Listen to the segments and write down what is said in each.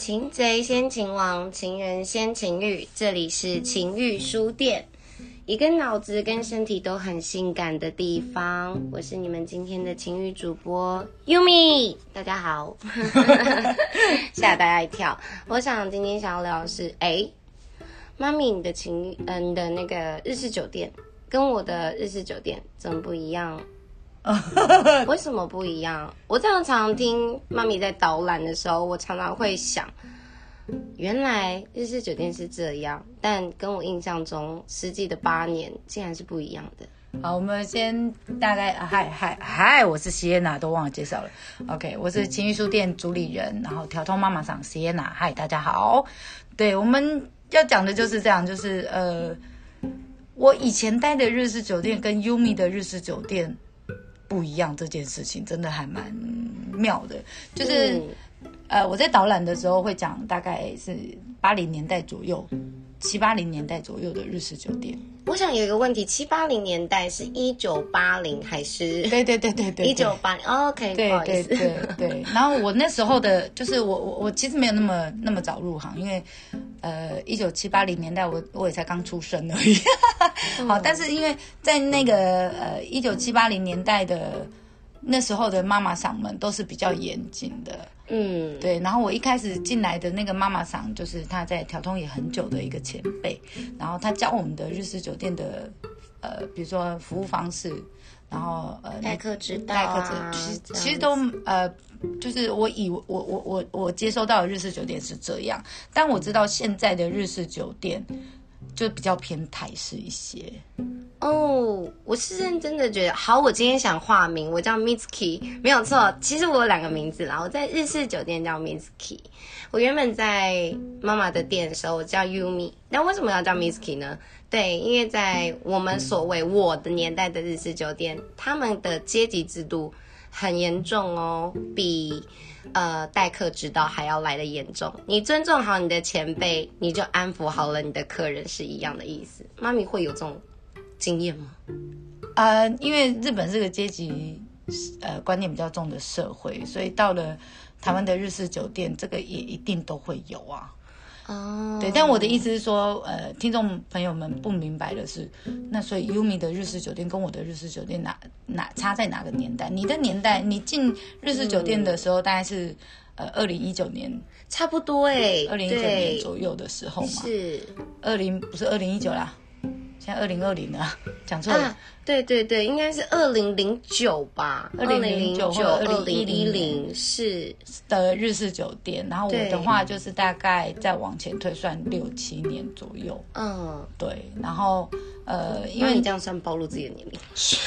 擒贼先擒王，情人先情欲，这里是情欲书店，一个脑子跟身体都很性感的地方。我是你们今天的情欲主播 Yumi， 大家好。吓大家一跳。我想今天想要聊的是，妈咪，你的那个日式酒店跟我的日式酒店怎么不一样？为什么不一样？我这样常听妈咪在导览的时候，我常常会想，原来日式酒店是这样，但跟我印象中实际的8年竟然是不一样的。 好，我们先大概嗨，我是Sienna，都忘了介绍了。OK， 我是情欲书店主理人，然后调通妈妈桑Sienna，嗨，大家好。对，我们要讲的就是这样，就是我以前待的日式酒店跟 Yumi 的日式酒店不一样，这件事情真的还蛮妙的。就是我在导览的时候会讲，大概是80年代左右，70、80年代左右的日式酒店。 我想有一个问题，70、80年代是1980还是？ 对 1980 ，OK， 不好意思。 对。然后我那时候的，就是我其实没有那么早入行，因为1970、80年代我也才刚出生而已。好，但是因为在那个1970、80年代的那时候的妈妈桑们都是比较严谨的。对，然后我一开始进来的那个妈妈桑，就是她在调通也很久的一个前辈，然后她教我们的日式酒店的比如说服务方式，然后待客之道其实都就是我接收到的日式酒店是这样，但我知道现在的日式酒店就比较偏台式一些。 我是认真的觉得，好，我今天想化名，我叫 Mitsuki， 没有错。其实我有2个名字啦，我在日式酒店叫 Mitsuki， 我原本在妈妈的店的时候我叫 Yumi， 但为什么要叫 Mitsuki 呢？对，因为在我们所谓我的年代的日式酒店，他们的阶级制度很严重哦，比待客之道还要来得严重。你尊重好你的前辈，你就安抚好了你的客人，是一样的意思。妈咪会有这种经验吗？ 因为日本是个阶级观念比较重的社会，所以到了台湾的日式酒店，这个也一定都会有啊。对，但我的意思是说，听众朋友们不明白的是，那所以 Yumi 的日式酒店跟我的日式酒店哪差在哪个年代？你的年代，你进日式酒店的时候，大概是2019年， 差不多2019 年左右的时候嘛。 是不是2019啦，现在2020了，讲错了。 对，应该是2009吧，2009或2010是的日式酒店。然后我的话就是大概再往前推算6、7年左右。对，然后因为你这样算暴露自己的年龄。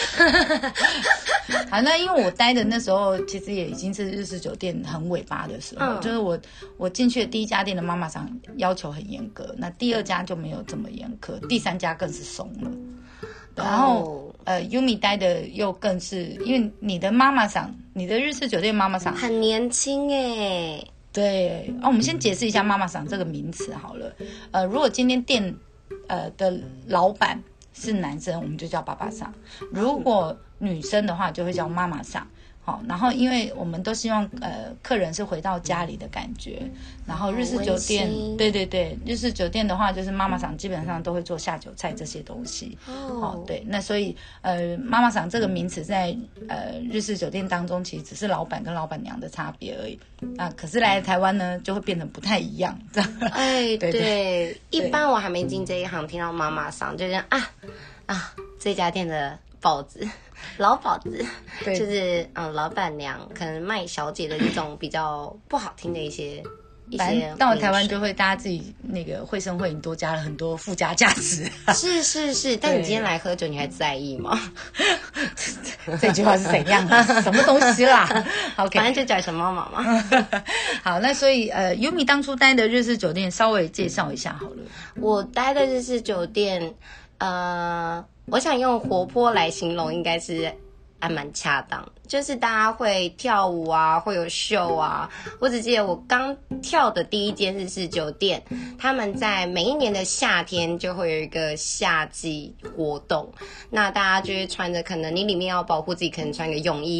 好，那因为我待的那时候其实也已经是日式酒店很尾巴的时候，就是我进去的第1家店的妈妈桑要求很严格，那第2家就没有这么严苛，第3家更是松了。然后Yumi 待的又更是，因为你的妈妈桑，你的日式酒店妈妈桑很年轻耶。 对，我们先解释一下妈妈桑这个名词好了。如果今天店的老板是男生，我们就叫爸爸桑；如果女生的话，就会叫妈妈桑。好，然后因为我们都希望客人是回到家里的感觉，然后日式酒店，对，日式酒店的话就是妈妈桑基本上都会做下酒菜这些东西。对，那所以妈妈桑这个名词在日式酒店当中其实只是老板跟老板娘的差别而已。可是来台湾呢就会变成不太一样。 对，一般我还没进这一行，听到妈妈桑就这样这家店的宝子，老鸨子，就是老板娘可能卖小姐的这种比较不好听的一些到了台湾就会大家自己那个绘声绘影多加了很多附加价值。是， 但你今天来喝酒，你还在意吗？ 这句话是怎样什么东西啦？OK， 反正就叫什么妈妈。 好，那所以Yumi 当初待的日式酒店稍微介绍一下好了。 我待的日式酒店，我想用活泼来形容，应该是还蛮恰当，就是大家会跳舞啊，会有秀啊。我只记得我刚跳的第1间日式酒店，他们在每一年的夏天就会有一个夏季活动，那大家就会穿着，可能你里面要保护自己，可能穿个泳衣，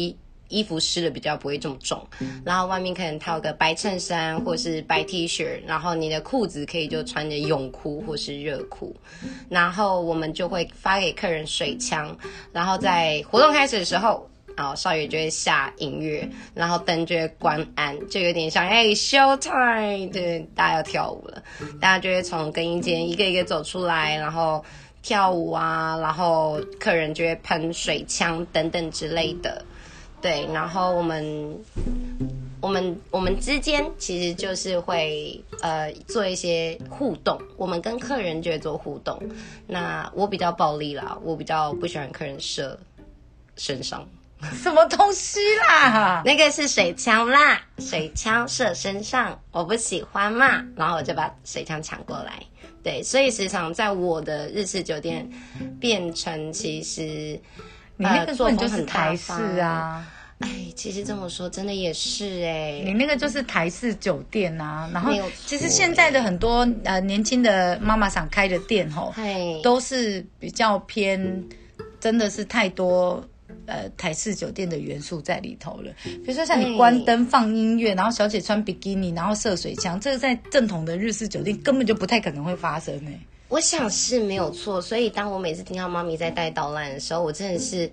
衣服湿了比较不会这么重，然后外面可能套个白衬衫或是白 T 恤，然后你的裤子可以就穿着泳裤或是热裤，然后我们就会发给客人水枪，然后在活动开始的时候，少爷就会下音乐，然后灯就会关暗，就有点像show time， 对，大家要跳舞了，大家就会从更衣间一个一个走出来，然后跳舞啊，然后客人就会喷水枪等等之类的。对，然后我们之间其实就是会做一些互动，我们跟客人就会做互动。那我比较暴力啦，我比较不喜欢客人射身上。 什么东西啦？ 那个是水枪啦，水枪射身上，我不喜欢嘛，然后我就把水枪抢过来。对，所以时常在我的日式酒店变成其实。 你那个根本就是台式啊！ 其实这么说真的也是你那个就是台式酒店啊。然后其实现在的很多年轻的妈妈桑开的店都是比较偏，真的是太多台式酒店的元素在里头了。比如说像你关灯放音乐，然后小姐穿比基尼，然后射水枪，这个在正统的日式酒店根本就不太可能会发生我想是没有错，所以当我每次听到妈咪在带导览的时候，我真的是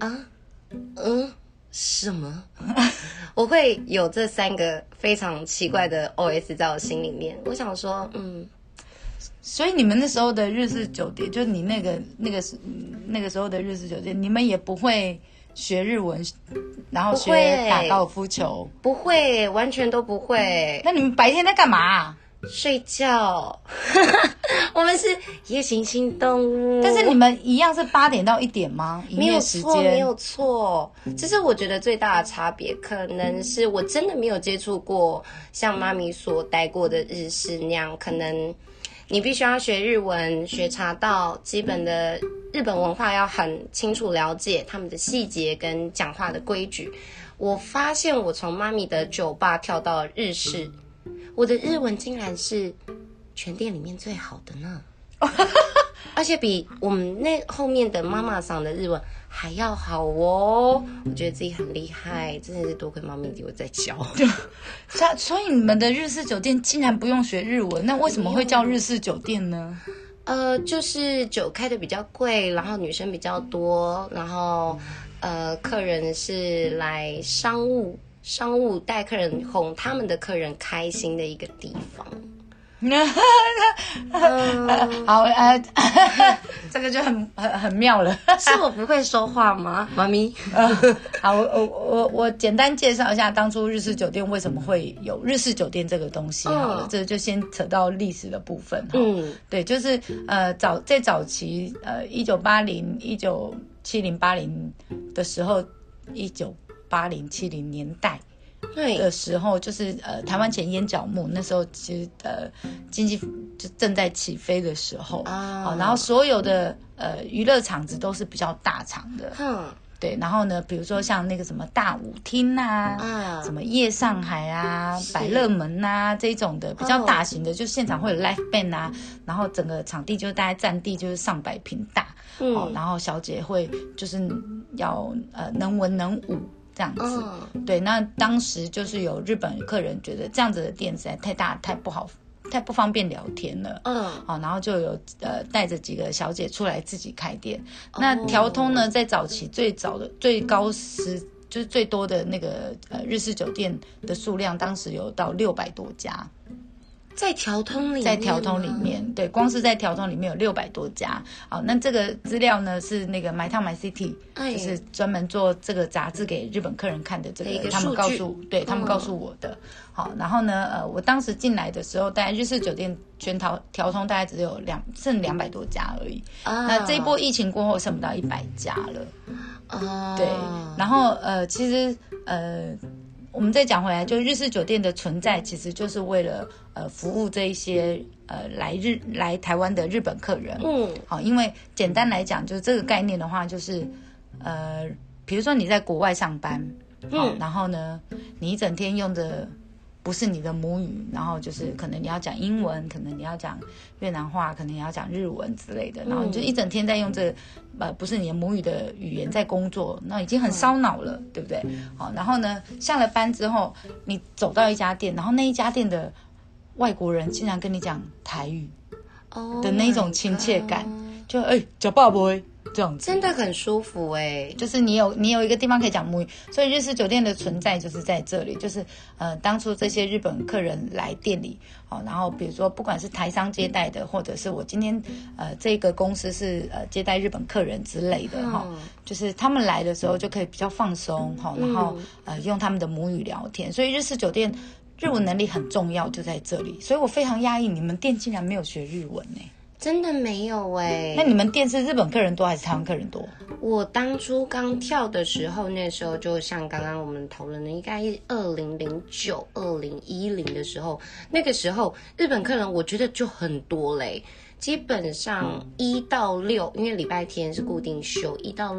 什么？我会有这3个非常奇怪的 OS 在我心里面。我想说， 所以你们那时候的日式酒店，就是你那个时候的日式酒店，你们也不会学日文，然后学打高尔夫球？ 不会，完全都不会。 那你们白天在干嘛？ 睡觉。我们是夜行性动物。 但是你们一样是8点到1点吗？营业时间没有错。其实我觉得最大的差别可能是我真的没有接触过像妈咪所待过的日式那样，可能你必须要学日文，学茶道，基本的日本文化要很清楚了解他们的细节跟讲话的规矩。我发现我从妈咪的酒吧跳到日式，我的日文竟然是全店里面最好的呢。而且比我们那后面的妈妈桑的日文还要好哦。我觉得自己很厉害，真的是多亏妈咪给我在教。 所以你们的日式酒店竟然不用学日文，那为什么会叫日式酒店呢？ 就是酒开的比较贵，然后女生比较多，然后客人是来商务带客人哄他们的客人开心的一个地方。 好，这个就很妙了。 是我不会说话吗，妈咪？ 好，我简单介绍一下当初日式酒店为什么会有日式酒店这个东西好了，这就先扯到历史的部分。对，就是在早期1980、1970、80的时候，1980、70年代。的时候，就是台湾前烟角木那时候，其实经济就正在起飞的时候然后所有的娱乐场子都是比较大场的，对，然后呢，比如说像那个什么大舞厅什么夜上海百乐门这一种的比较大型的，就现场会有 live band 然后整个场地就大概占地就是上百平大，然后小姐会就是要能文能武。这样子，对，那当时就是有日本客人觉得这样子的店实在太大太不好，太不方便聊天了，然后就有带着几个小姐出来自己开店。那条通呢，在早期最早的最高时就是最多的那个日式酒店的数量，当时有到600多家。 在条通里面， 在条通里面，对，光是在条通里面有600多家。好，那这个资料呢是那个 My Town My City，就是专门做这个杂志给日本客人看的这个，他们告诉我的。好，然后呢，我当时进来的时候，大概日式酒店全条通大概只有剩200多家而已。那这一波疫情过后，剩不到100家了。对，然后其实我们再讲回来，就日式酒店的存在，其实就是为了服务这一些来台湾的日本客人。好，因为简单来讲，就是这个概念的话，就是比如说你在国外上班，好，然后呢，你一整天用着不是你的母语，然后就是可能你要讲英文，可能你要讲越南话，可能你要讲日文之类的，然后你就一整天在用这个不是你的母语的语言在工作，那已经很烧脑了，对不对？好，然后呢，下了班之后，你走到一家店，然后那一家店的外国人竟然跟你讲台语的那种亲切感，就吃饱没这样子， 真的很舒服哎。 就是你有一个地方可以讲母语，所以日式酒店的存在就是在这里，就是当初这些日本客人来店里，然后比如说不管是台商接待的，或者是我今天这个公司是接待日本客人之类的就是他们来的时候就可以比较放松然后用他们的母语聊天，所以日式酒店日文能力很重要，就在这里。所以我非常讶异，你们店竟然没有学日文呢？ 真的没有哎。 那你们店是日本客人多还是台湾客人多？ 我当初刚跳的时候，那时候就像刚刚我们讨论的，应该是2009、2010的时候，那个时候日本客人我觉得就很多嘞。基本上1到6，因为礼拜天是固定休，1到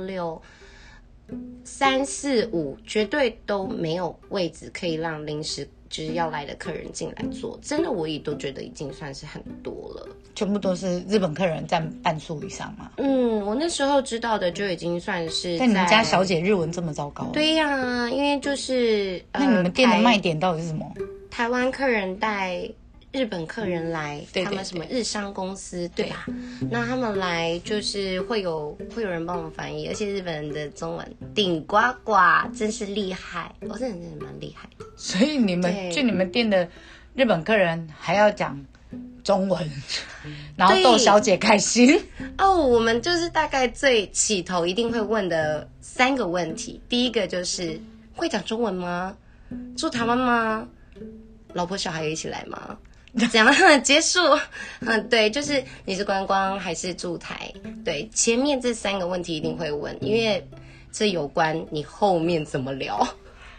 6、3、4、5绝对都没有位置可以让临时就是要来的客人进来坐，真的我也都觉得已经算是很多了。 全部都是日本客人占半数以上嘛？ 我那时候知道的就已经算是。 但你们家小姐日文这么糟糕？ 对呀，因为就是那你们店的卖点到底是什么？ 台湾客人带日本客人来， 对他们什么日商公司，对吧？那他们来就是会有人帮我们翻译，而且日本人的中文顶呱呱，真是厉害，我真的蛮厉害的。 所以你们去你们店的日本客人还要讲中文，然后逗小姐开心我们就是大概最起头一定会问的3个问题，第一个就是会讲中文吗？住台湾吗？老婆小孩也一起来吗？这样结束。对，就是你是观光还是驻台？对，前面这3个问题一定会问，因为这有关你后面怎么聊。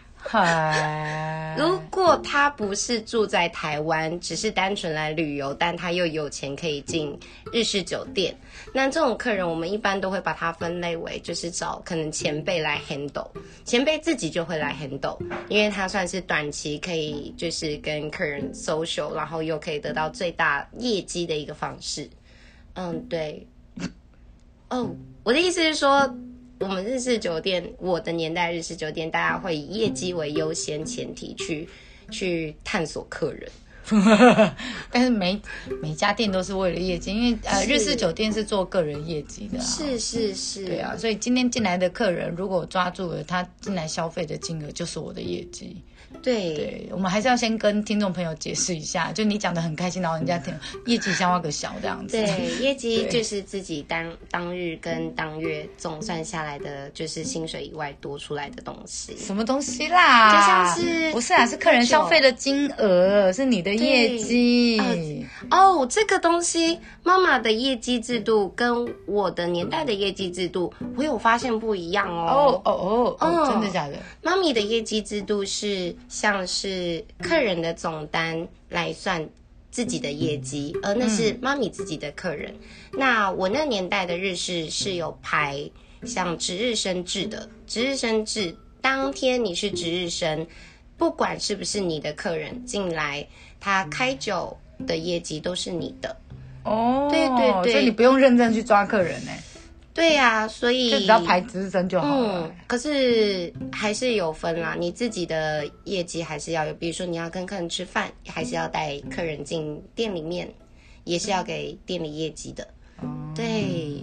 如果他不是住在台湾，只是单纯来旅游，但他又有钱可以进日式酒店，那这种客人我们一般都会把它分类为就是找可能前辈来 handle， 前辈自己就会来 handle， 因为他算是短期可以就是跟客人 social， 然后又可以得到最大业绩的一个方式。对。我的意思是说，我们日式酒店，我的年代日式酒店，大家会以业绩为优先前提去探索客人。 但是每家店都是为了业绩，因为日式酒店是做个人业绩的是。 对啊，所以今天进来的客人，如果我抓住了他进来消费的金额，就是我的业绩。对，我们还是要先跟听众朋友解释一下，就你讲的很开心，然后人家听业绩像挖个小这样子。 对，业绩就是自己当日跟当月总算下来的，就是薪水以外多出来的东西。 什么东西啦？ 就像是不是啊？是客人消费的金额，是你的业绩。 这个东西，妈妈的业绩制度跟我的年代的业绩制度，我有发现不一样哦。 真的假的？ 妈咪的业绩制度是像是客人的总单来算自己的业绩，而那是妈咪自己的客人。那我那年代的日式是有排像值日生制的，值日生制当天你是值日生，不管是不是你的客人进来，他开酒的业绩都是你的。对， 所以你不用认真去抓客人对呀，所以就只要排值日生就好了。 可是还是有分啦，你自己的业绩还是要有，比如说你要跟客人吃饭，还是要带客人进店里面，也是要给店里业绩的。对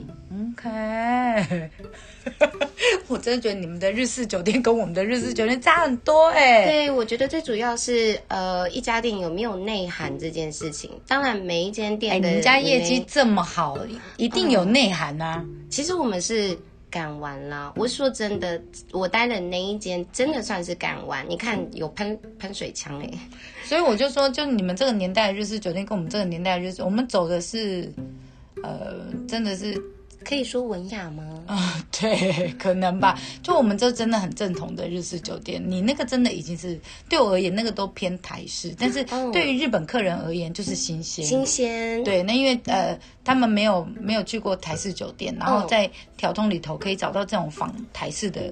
，OK 。我真的觉得你们的日式酒店跟我们的日式酒店差很多对，我觉得最主要是一家店有没有内涵这件事情。当然每一间店的你们家业绩这么好，一定有内涵啊。 其实我们是赶完啦，我说真的，我待的那一间真的算是赶完。你看有喷水枪所以我就说，就你们这个年代的日式酒店跟我们这个年代的日式，我们走的是真的是可以说文雅吗？ 对，可能吧。就我们这真的很正统的日式酒店，你那个真的已经是对我而言，那个都偏台式，但是对于日本客人而言就是新鲜。对，那因为他们没有去过台式酒店，然后在条通里头可以找到这种仿台式的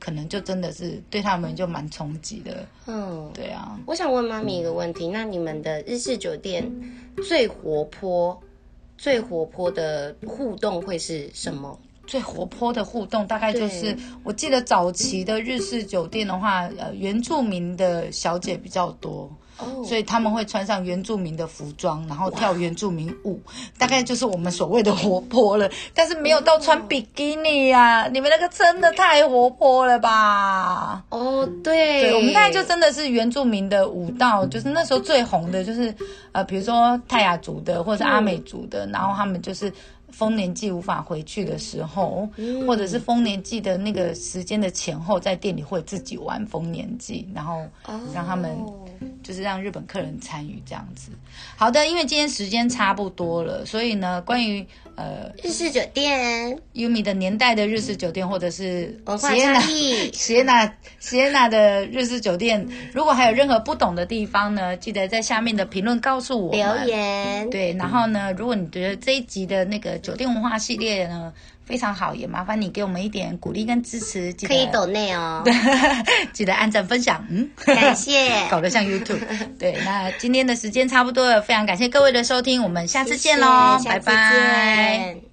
可能就真的是对他们就蛮冲击的。对啊。 我想问妈咪一个问题，那你们的日式酒店最活泼的互动会是什么？ 最活泼的互动大概就是，我记得早期的日式酒店的话，原住民的小姐比较多。所以他们会穿上原住民的服装，然后跳原住民舞，大概就是我们所谓的活泼了。但是没有到穿比基尼啊，你们那个真的太活泼了吧？ 对，我们大概就真的是原住民的舞蹈，就是那时候最红的就是比如说泰雅族的或者是阿美族的，然后他们就是丰年祭无法回去的时候，或者是丰年祭的那个时间的前后，在店里会自己玩丰年祭，然后让他们就是让日本客人参与这样子。好的，因为今天时间差不多了，所以呢，关于日式酒店 Yumi 的年代的日式酒店，或者是文化差异喜耶娜的日式酒店，如果还有任何不懂的地方呢，记得在下面的评论告诉我们留言。 对，然后呢，如果你觉得这一集的那个酒店文化系列呢非常好，也麻烦你给我们一点鼓励跟支持，记得可以抖内哦， 记得按赞分享， 感谢， 搞得像 YouTube。对，那今天的时间差不多了，非常感谢各位的收听，我们下次见咯，拜拜。